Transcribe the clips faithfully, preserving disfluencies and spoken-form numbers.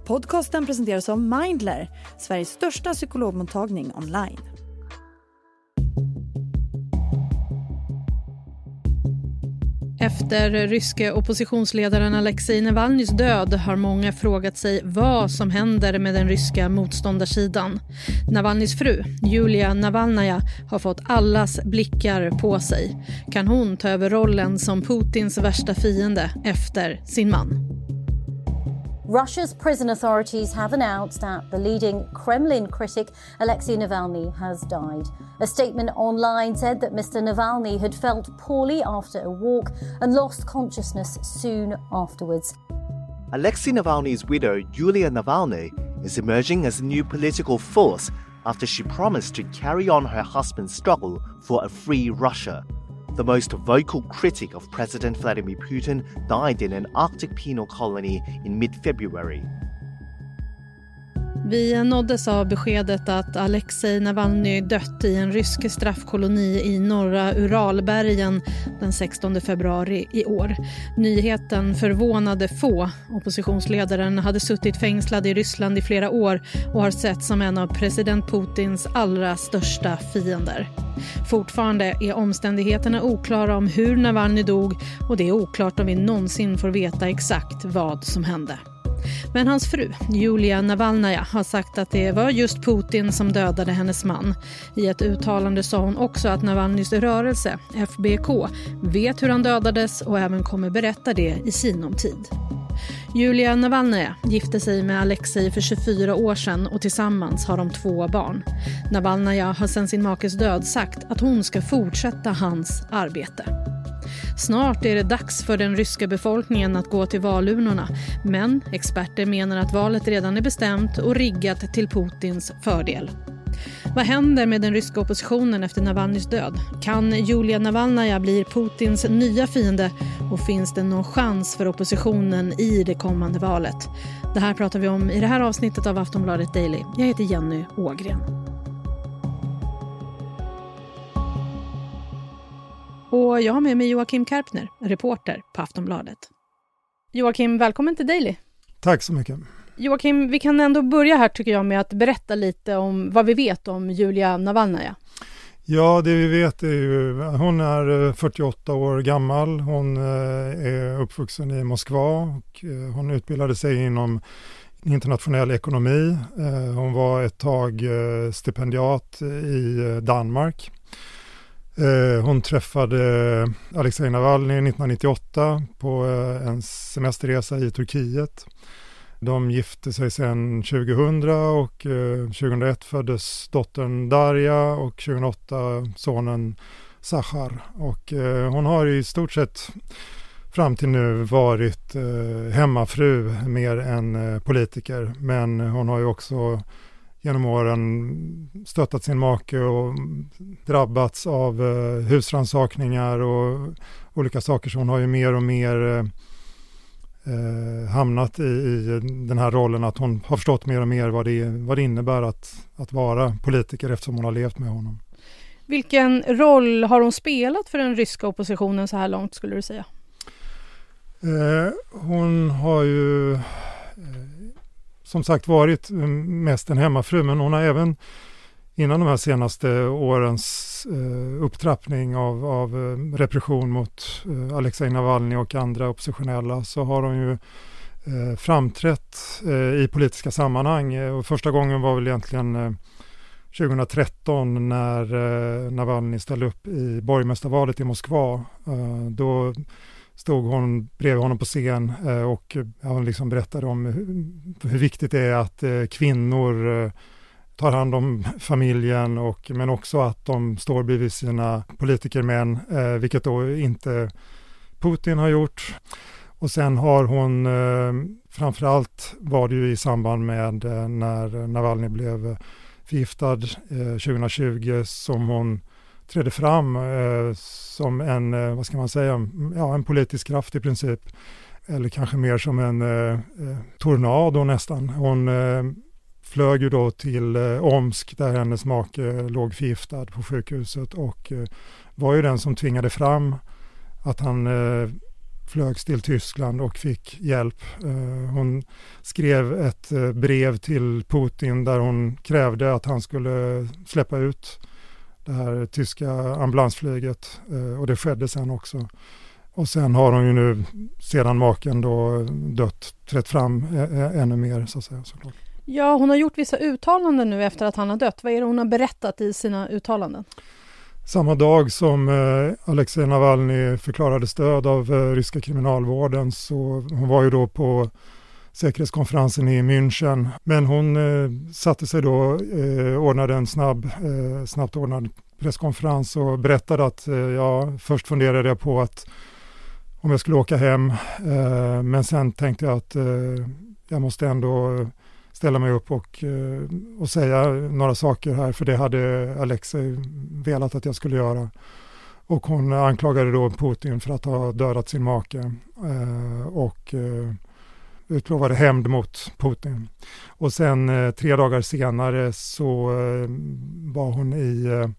Podcasten presenteras av Mindler, Sveriges största psykologmottagning online. Efter ryske oppositionsledaren Alexej Navalnys död har många frågat sig vad som händer med den ryska motståndarsidan. Navalnys fru, Julia Navalnaja, har fått allas blickar på sig. Kan hon ta över rollen som Putins värsta fiende efter sin man? Russia's prison authorities have announced that the leading Kremlin critic Alexei Navalny has died. A statement online said that Mister Navalny had felt poorly after a walk and lost consciousness soon afterwards. Alexei Navalny's widow, Yulia Navalny, is emerging as a new political force after she promised to carry on her husband's struggle for a free Russia. The most vocal critic of President Vladimir Putin died in an Arctic penal colony in mid-February. Vi nåddes av beskedet att Alexej Navalny dött i en rysk straffkoloni i norra Uralbergen den sextonde februari i år. Nyheten förvånade få. Oppositionsledaren hade suttit fängslad i Ryssland i flera år och har sett som en av president Putins allra största fiender. Fortfarande är omständigheterna oklara om hur Navalny dog och det är oklart om vi någonsin får veta exakt vad som hände. Men hans fru, Julia Navalnaja, har sagt att det var just Putin som dödade hennes man. I ett uttalande sa hon också att Navalnys rörelse, F B K, vet hur han dödades och även kommer berätta det i sinom tid. Julia Navalnaja gifte sig med Alexej för tjugofyra år sedan och tillsammans har de två barn. Navalnaja har sedan sin makes död sagt att hon ska fortsätta hans arbete. Snart är det dags för den ryska befolkningen att gå till valurnorna, men experter menar att valet redan är bestämt och riggat till Putins fördel. Vad händer med den ryska oppositionen efter Navalnys död? Kan Julia Navalnaja bli Putins nya fiende och finns det någon chans för oppositionen i det kommande valet? Det här pratar vi om i det här avsnittet av Aftonbladet Daily. Jag heter Jenny Ågren. Och jag har med mig Joakim Karpner, reporter på Aftonbladet. Joakim, välkommen till Daily. Tack så mycket. Joakim, vi kan ändå börja här tycker jag med att berätta lite om vad vi vet om Julia Navalnaja. Ja, det vi vet är ju hon är fyrtioåtta år gammal. Hon är uppvuxen i Moskva och hon utbildade sig inom internationell ekonomi. Hon var ett tag stipendiat i Danmark. Hon träffade Alexej Navalny nittonhundranittioåtta på en semesterresa i Turkiet. De gifte sig sedan tjugohundra och tjugohundraett föddes dottern Darja och tjugohundraåtta sonen Sachar. Och hon har i stort sett fram till nu varit hemmafru mer än politiker. Men hon har ju också genom åren stöttat sin make och drabbats av eh, husrannsakningar och olika saker. Så hon har ju mer och mer eh, hamnat i, i den här rollen att hon har förstått mer och mer vad det, vad det innebär att, att vara politiker eftersom hon har levt med honom. Vilken roll har hon spelat för den ryska oppositionen så här långt skulle du säga? Eh, hon har ju... Eh, som sagt varit mest en hemmafru, men hon har även innan de här senaste årens eh, upptrappning av, av repression mot eh, Alexej Navalny och andra oppositionella så har hon ju eh, framträtt eh, i politiska sammanhang. Och första gången var väl egentligen eh, tjugohundratretton när eh, Navalny ställde upp i borgmästarvalet i Moskva. Eh, då stod hon bredvid honom på scen och han liksom berättade om hur viktigt det är att kvinnor tar hand om familjen och, men också att de står bredvid sina politikermän, vilket då inte Putin har gjort. Och sen har hon, framförallt var det ju i samband med när Navalny blev förgiftad tjugohundratjugo som hon trädde fram eh, som en, eh, vad ska man säga, ja, en politisk kraft i princip. Eller kanske mer som en eh, tornado nästan. Hon eh, flög ju då till eh, Omsk där hennes make låg förgiftad på sjukhuset och eh, var ju den som tvingade fram att han eh, flögs till Tyskland och fick hjälp. Hon skrev ett brev till Putin där hon krävde att han skulle släppa ut det här tyska ambulansflyget, och det skedde sen också. Och sen har hon ju nu sedan maken då dött trätt fram ännu mer så att säga, såklart. Ja, hon har gjort vissa uttalanden nu efter att han har dött. Vad är det hon har berättat i sina uttalanden? Samma dag som eh, Alexej Navalny förklarade stöd av eh, ryska kriminalvården, så hon var ju då på säkerhetskonferensen i München. Men hon eh, satte sig då, eh, ordnade en snabb, eh, snabbt ordnad presskonferens och berättade att eh, ja, först funderade jag på att om jag skulle åka hem, eh, men sen tänkte jag att eh, jag måste ändå ställa mig upp och, och säga några saker här, för det hade Alexej velat att jag skulle göra. Och hon anklagade då Putin för att ha dödat sin make eh, och eh, utlovade hämnd mot Putin. Och sen eh, tre dagar senare så eh, var hon i eh,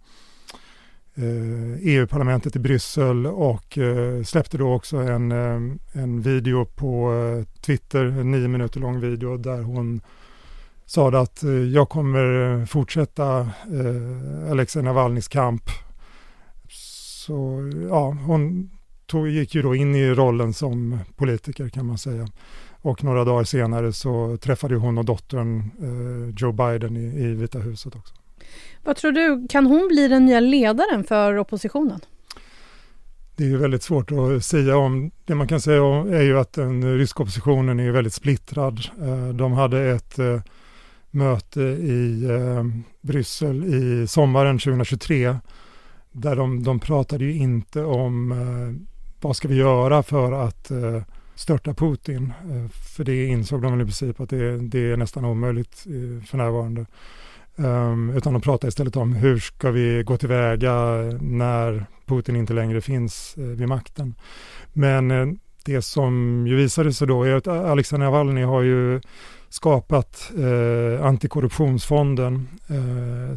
E U-parlamentet i Bryssel och eh, släppte då också en, eh, en video på eh, Twitter, en nio minuter lång video där hon sa att eh, jag kommer fortsätta eh, Alexej Navalnys kamp. Så ja, hon tog, gick ju då in i rollen som politiker kan man säga. Och några dagar senare så träffade hon och dottern eh, Joe Biden i, i Vita huset också. Vad tror du, kan hon bli den nya ledaren för oppositionen? Det är ju väldigt svårt att säga om. Det man kan säga om är ju att den ryska oppositionen är väldigt splittrad. De hade ett möte i Bryssel i sommaren tjugohundratjugotre där de, de pratade ju inte om vad ska vi göra för att störta Putin. För det insåg de väl i princip att det, det är nästan omöjligt för närvarande. Um, utan de pratar istället om hur ska vi gå tillväga när Putin inte längre finns uh, vid makten. Men uh, det som ju visade sig då är att Alexej Navalny har ju skapat uh, antikorruptionsfonden uh,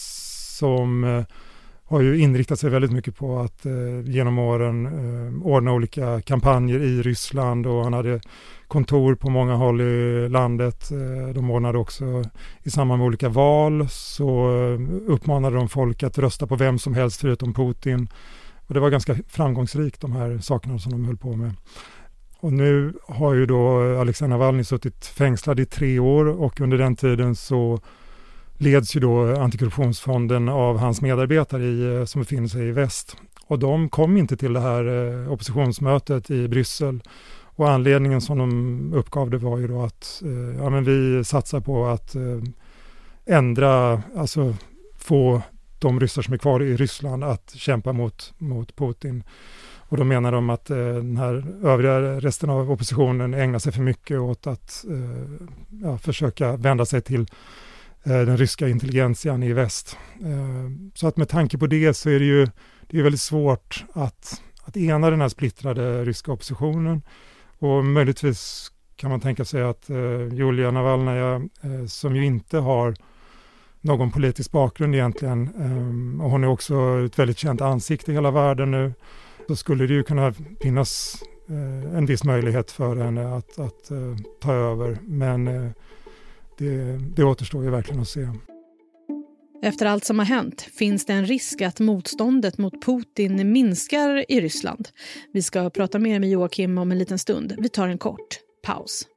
som uh, har ju inriktat sig väldigt mycket på att uh, genom åren uh, ordna olika kampanjer i Ryssland, och han hade kontor på många håll i landet. De ordnade också i samband med olika val, så uppmanade de folk att rösta på vem som helst förutom Putin. Och det var ganska framgångsrikt, de här sakerna som de höll på med. Och nu har ju då Alexej Navalny suttit fängslad i tre år, och under den tiden så leds ju då antikorruptionsfonden av hans medarbetare i, som befinner sig i väst. Och de kom inte till det här oppositionsmötet i Bryssel. Och anledningen som de uppgav det var ju då att eh, ja, men vi satsar på att eh, ändra, alltså få de ryssar som är kvar i Ryssland att kämpa mot, mot Putin. Och då menar de att eh, den här övriga resten av oppositionen ägnar sig för mycket åt att eh, ja, försöka vända sig till eh, den ryska intelligensian i väst. Eh, så att med tanke på det så är det ju det är väldigt svårt att, att ena den här splittrade ryska oppositionen. Och möjligtvis kan man tänka sig att eh, Julia Navalnaja, eh, som ju inte har någon politisk bakgrund egentligen, eh, och hon är också ett väldigt känt ansikte i hela världen nu, så skulle det ju kunna finnas eh, en viss möjlighet för henne att, att eh, ta över. Men eh, det, det återstår ju verkligen att se. Efter allt som har hänt finns det en risk att motståndet mot Putin minskar i Ryssland. Vi ska prata mer med Joakim om en liten stund. Vi tar en kort paus.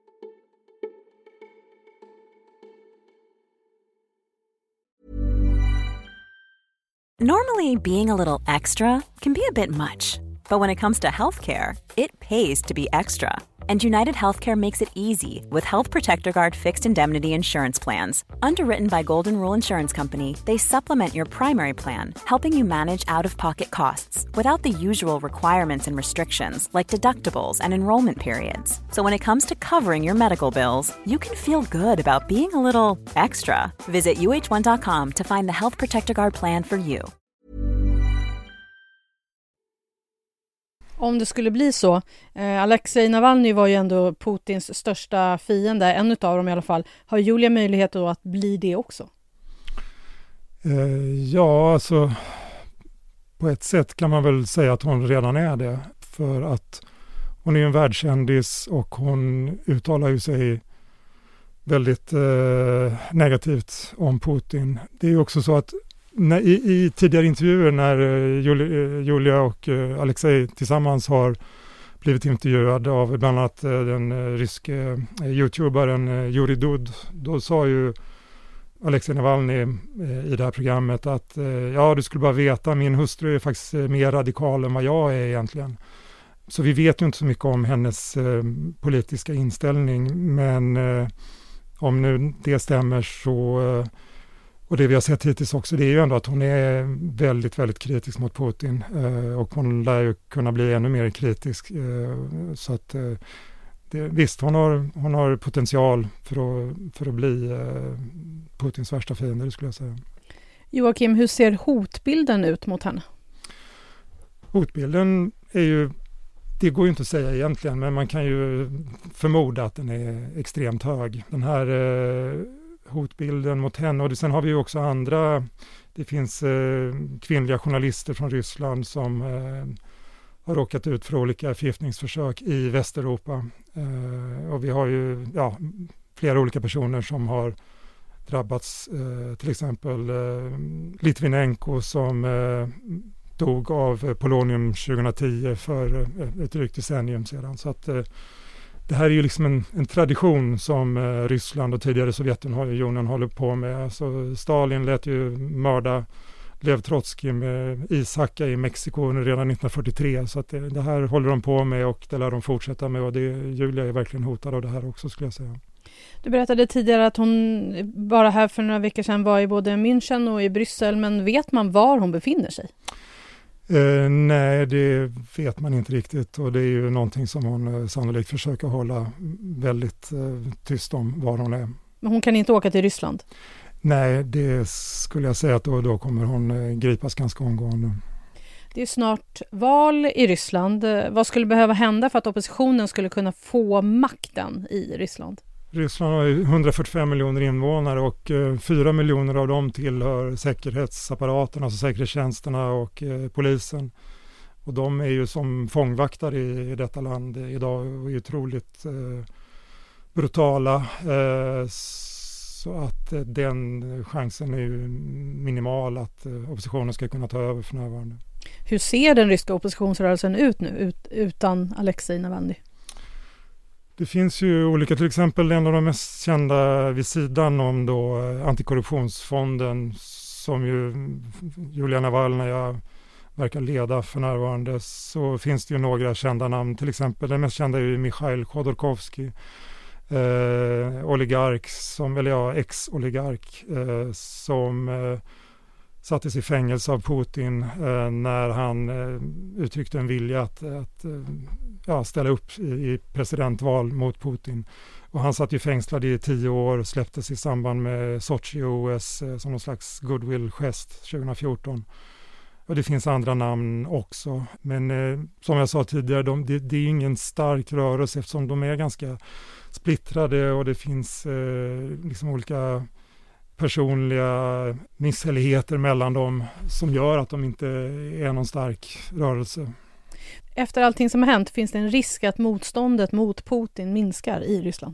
Normally, being a little extra can be a bit much. But when it comes to healthcare, it pays to be extra. And United Healthcare makes it easy with Health Protector Guard fixed indemnity insurance plans. Underwritten by Golden Rule Insurance Company, they supplement your primary plan, helping you manage out-of-pocket costs without the usual requirements and restrictions like deductibles and enrollment periods. So when it comes to covering your medical bills, you can feel good about being a little extra. Visit U H one dot com to find the Health Protector Guard plan for you. Om det skulle bli så, eh, Alexej Navalny var ju ändå Putins största fiende, en utav dem i alla fall. Har Julia möjlighet då att bli det också? Eh, ja, alltså på ett sätt kan man väl säga att hon redan är det. För att hon är ju en världskändis och hon uttalar ju sig väldigt eh, negativt om Putin. Det är ju också så att när, i, i tidigare intervjuer när eh, Julia, Julia och eh, Alexej tillsammans har blivit intervjuad av bland annat eh, den eh, ryske eh, youtuberen eh, Yuri Dud, då sa ju Alexej Navalny eh, i det här programmet att eh, ja, du skulle bara veta, min hustru är faktiskt eh, mer radikal än vad jag är egentligen. Så vi vet ju inte så mycket om hennes eh, politiska inställning, men eh, om nu det stämmer så, eh, och det vi har sett hittills också, det är ju ändå att hon är väldigt, väldigt kritisk mot Putin eh, och hon lär ju kunna bli ännu mer kritisk. Eh, så att eh, det, visst, hon har, hon har potential för att, för att bli eh, Putins värsta fiende, det skulle jag säga. Joakim, hur ser hotbilden ut mot henne? Hotbilden är ju, det går ju inte att säga egentligen, men man kan ju förmoda att den är extremt hög. Den här eh, hotbilden mot henne, och sen har vi ju också andra, det finns eh, kvinnliga journalister från Ryssland som eh, har råkat ut för olika förgiftningsförsök i Västeuropa. Eh, och vi har ju ja, flera olika personer som har drabbats, eh, till exempel eh, Litvinenko som eh, dog av polonium tjugohundratio för ett drygt decennium sedan. Så att eh, det här är ju liksom en, en tradition som eh, Ryssland och tidigare Sovjetunionen håller på med. Alltså, Stalin lät ju mörda Lev Trotskij med ishacka i Mexiko redan nittonhundrafyrtiotre. Så att det, det här håller de på med och det lär de fortsätta med, och det, Julia är verkligen hotad av det här också, skulle jag säga. Du berättade tidigare att hon bara här för några veckor sedan var i både München och i Bryssel, men vet man var hon befinner sig? Eh, nej, det vet man inte riktigt, och det är ju någonting som hon eh, sannolikt försöker hålla väldigt eh, tyst om var hon är. Men hon kan inte åka till Ryssland? Nej, det skulle jag säga att då, då kommer hon eh, gripas ganska omgående. Det är snart val i Ryssland. Vad skulle behöva hända för att oppositionen skulle kunna få makten i Ryssland? Ryssland har hundrafyrtiofem miljoner invånare och eh, fyra miljoner av dem tillhör säkerhetsapparaten, alltså säkerhetstjänsterna och eh, polisen. Och de är ju som fångvaktare i, i detta land idag och är otroligt eh, brutala. Eh, så att eh, den chansen är ju minimal att eh, oppositionen ska kunna ta över för närvarande. Hur ser den ryska oppositionsrörelsen ut nu ut, utan Alexej Navalny? Det finns ju olika, till exempel en av de mest kända vid sidan om då antikorruptionsfonden som ju Julia Navalny verkar leda för närvarande, så finns det ju några kända namn. Till exempel den mest kända är ju Mikhail Khodorkovsky, eh, oligark, som, eller ja, ex-oligark eh, som eh, sattes i fängelse av Putin eh, när han eh, uttryckte en vilja att, att eh, ja, ställa upp i, i presidentval mot Putin. Och han satt ju fängslad i tio år och släpptes i samband med Sochi-O S eh, som någon slags goodwill-gest tjugohundrafjorton. Och det finns andra namn också. Men eh, som jag sa tidigare, de, det, det är ingen stark rörelse eftersom de är ganska splittrade och det finns eh, liksom olika personliga misshälligheter mellan dem som gör att de inte är någon stark rörelse. Efter allting som har hänt, finns det en risk att motståndet mot Putin minskar i Ryssland?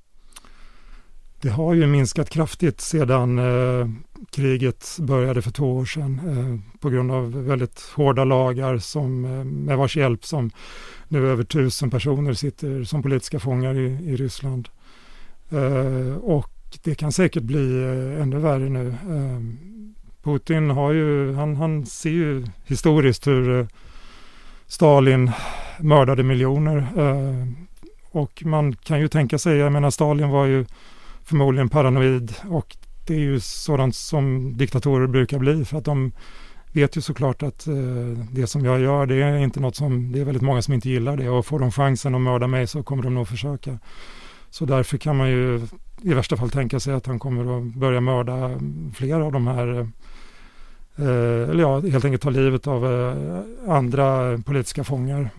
Det har ju minskat kraftigt sedan eh, kriget började för två år sedan eh, på grund av väldigt hårda lagar som, eh, med vars hjälp som nu över tusen personer sitter som politiska fångar i, i Ryssland. Eh, och det kan säkert bli eh, ännu värre nu. Eh, Putin har ju, han, han ser ju historiskt hur eh, Stalin mördade miljoner. Eh, och man kan ju tänka sig, jag menar Stalin var ju förmodligen paranoid och det är ju sådant som diktatorer brukar bli för att de vet ju såklart att eh, det som jag gör det är inte något som, det är väldigt många som inte gillar det och får de chansen att mörda mig så kommer de nog försöka. Så därför kan man ju i värsta fall tänka sig att han kommer att börja mörda flera av de här eh, eller ja, helt enkelt ta livet av eh, andra politiska fångar.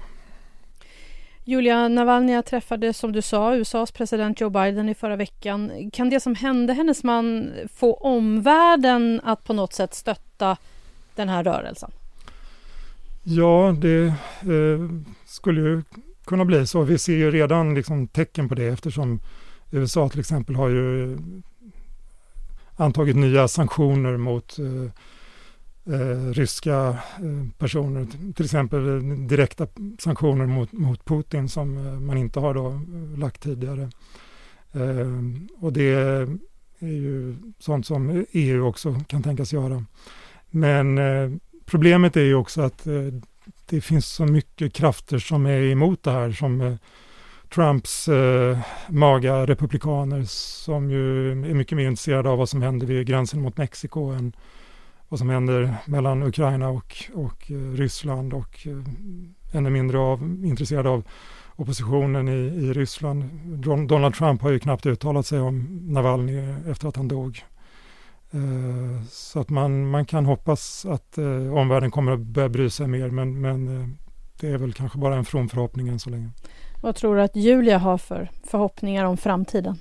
Julia Navalny träffade, som du sa, U S A:s president Joe Biden i förra veckan. Kan det som hände hennes man få omvärlden att på något sätt stötta den här rörelsen? Ja, det eh, skulle ju kunna bli så. Vi ser ju redan liksom tecken på det, eftersom U S A till exempel har ju antagit nya sanktioner mot eh, eh, ryska eh, personer. Till exempel direkta sanktioner mot, mot Putin som eh, man inte har då lagt tidigare. Eh, och det är ju sånt som E U också kan tänkas göra. Men eh, problemet är ju också att eh, det finns så mycket krafter som är emot det här, som eh, Trumps eh, maga republikaner som ju är mycket mer intresserade av vad som händer vid gränsen mot Mexiko än vad som händer mellan Ukraina och, och eh, Ryssland, och eh, ännu mindre av, intresserade av oppositionen i, i Ryssland. Donald Trump har ju knappt uttalat sig om Navalny efter att han dog. Eh, så att man, man kan hoppas att eh, omvärlden kommer att börja bry sig mer, men, men eh, det är väl kanske bara en from förhoppning än så länge. Vad tror du att Julia har för förhoppningar om framtiden?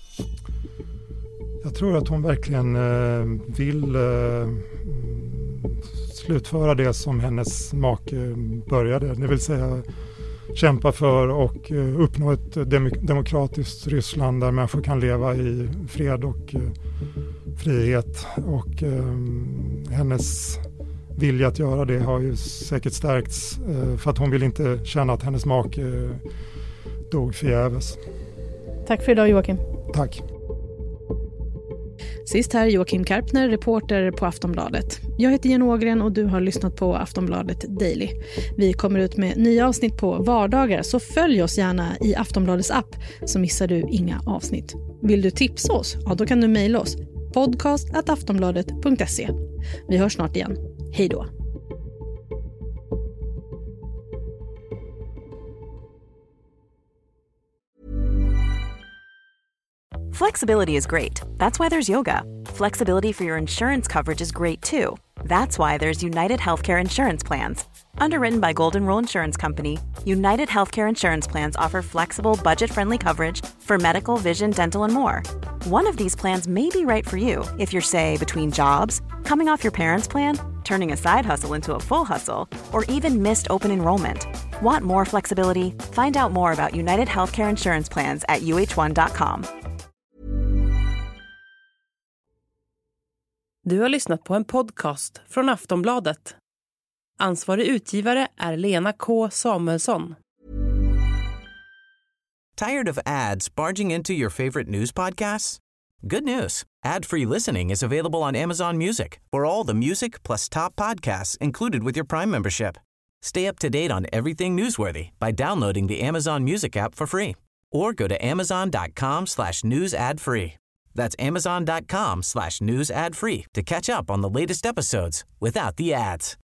Jag tror att hon verkligen eh, vill eh, slutföra det som hennes make började. Det vill säga kämpa för och eh, uppnå ett dem- demokratiskt Ryssland där människor kan leva i fred och eh, frihet. Och eh, hennes vilja att göra det har ju säkert stärkts eh, för att hon vill inte känna att hennes make eh, dog förgäves. Tack för idag, Joakim. Tack. Sist här Joakim Karpner, reporter på Aftonbladet. Jag heter Jenny Ågren och du har lyssnat på Aftonbladet Daily. Vi kommer ut med nya avsnitt på vardagar, så följ oss gärna i Aftonbladets app så missar du inga avsnitt. Vill du tipsa oss? Ja, då kan du mejla oss. podcast at aftonbladet punkt se. Vi hörs snart igen. Hej då! Flexibility is great. That's why there's yoga. Flexibility for your insurance coverage is great too. That's why there's United Healthcare Insurance Plans. Underwritten by Golden Rule Insurance Company, United Healthcare Insurance Plans offer flexible, budget-friendly coverage for medical, vision, dental, and more. One of these plans may be right for you if you're, say, between jobs, coming off your parents' plan, turning a side hustle into a full hustle, or even missed open enrollment. Want more flexibility? Find out more about United Healthcare Insurance Plans at U H one dot com. Du har lyssnat på en podcast från Aftonbladet. Ansvarig utgivare är Lena K. Samuelsson. Tired of ads barging into your favorite news podcasts? Good news. Ad-free listening is available on Amazon Music for all the music plus top podcasts included with your Prime membership. Stay up to date on everything newsworthy by downloading the Amazon Music app for free or go to amazon.com slash news ad free. That's amazon.com slash news ad free to catch up on the latest episodes without the ads.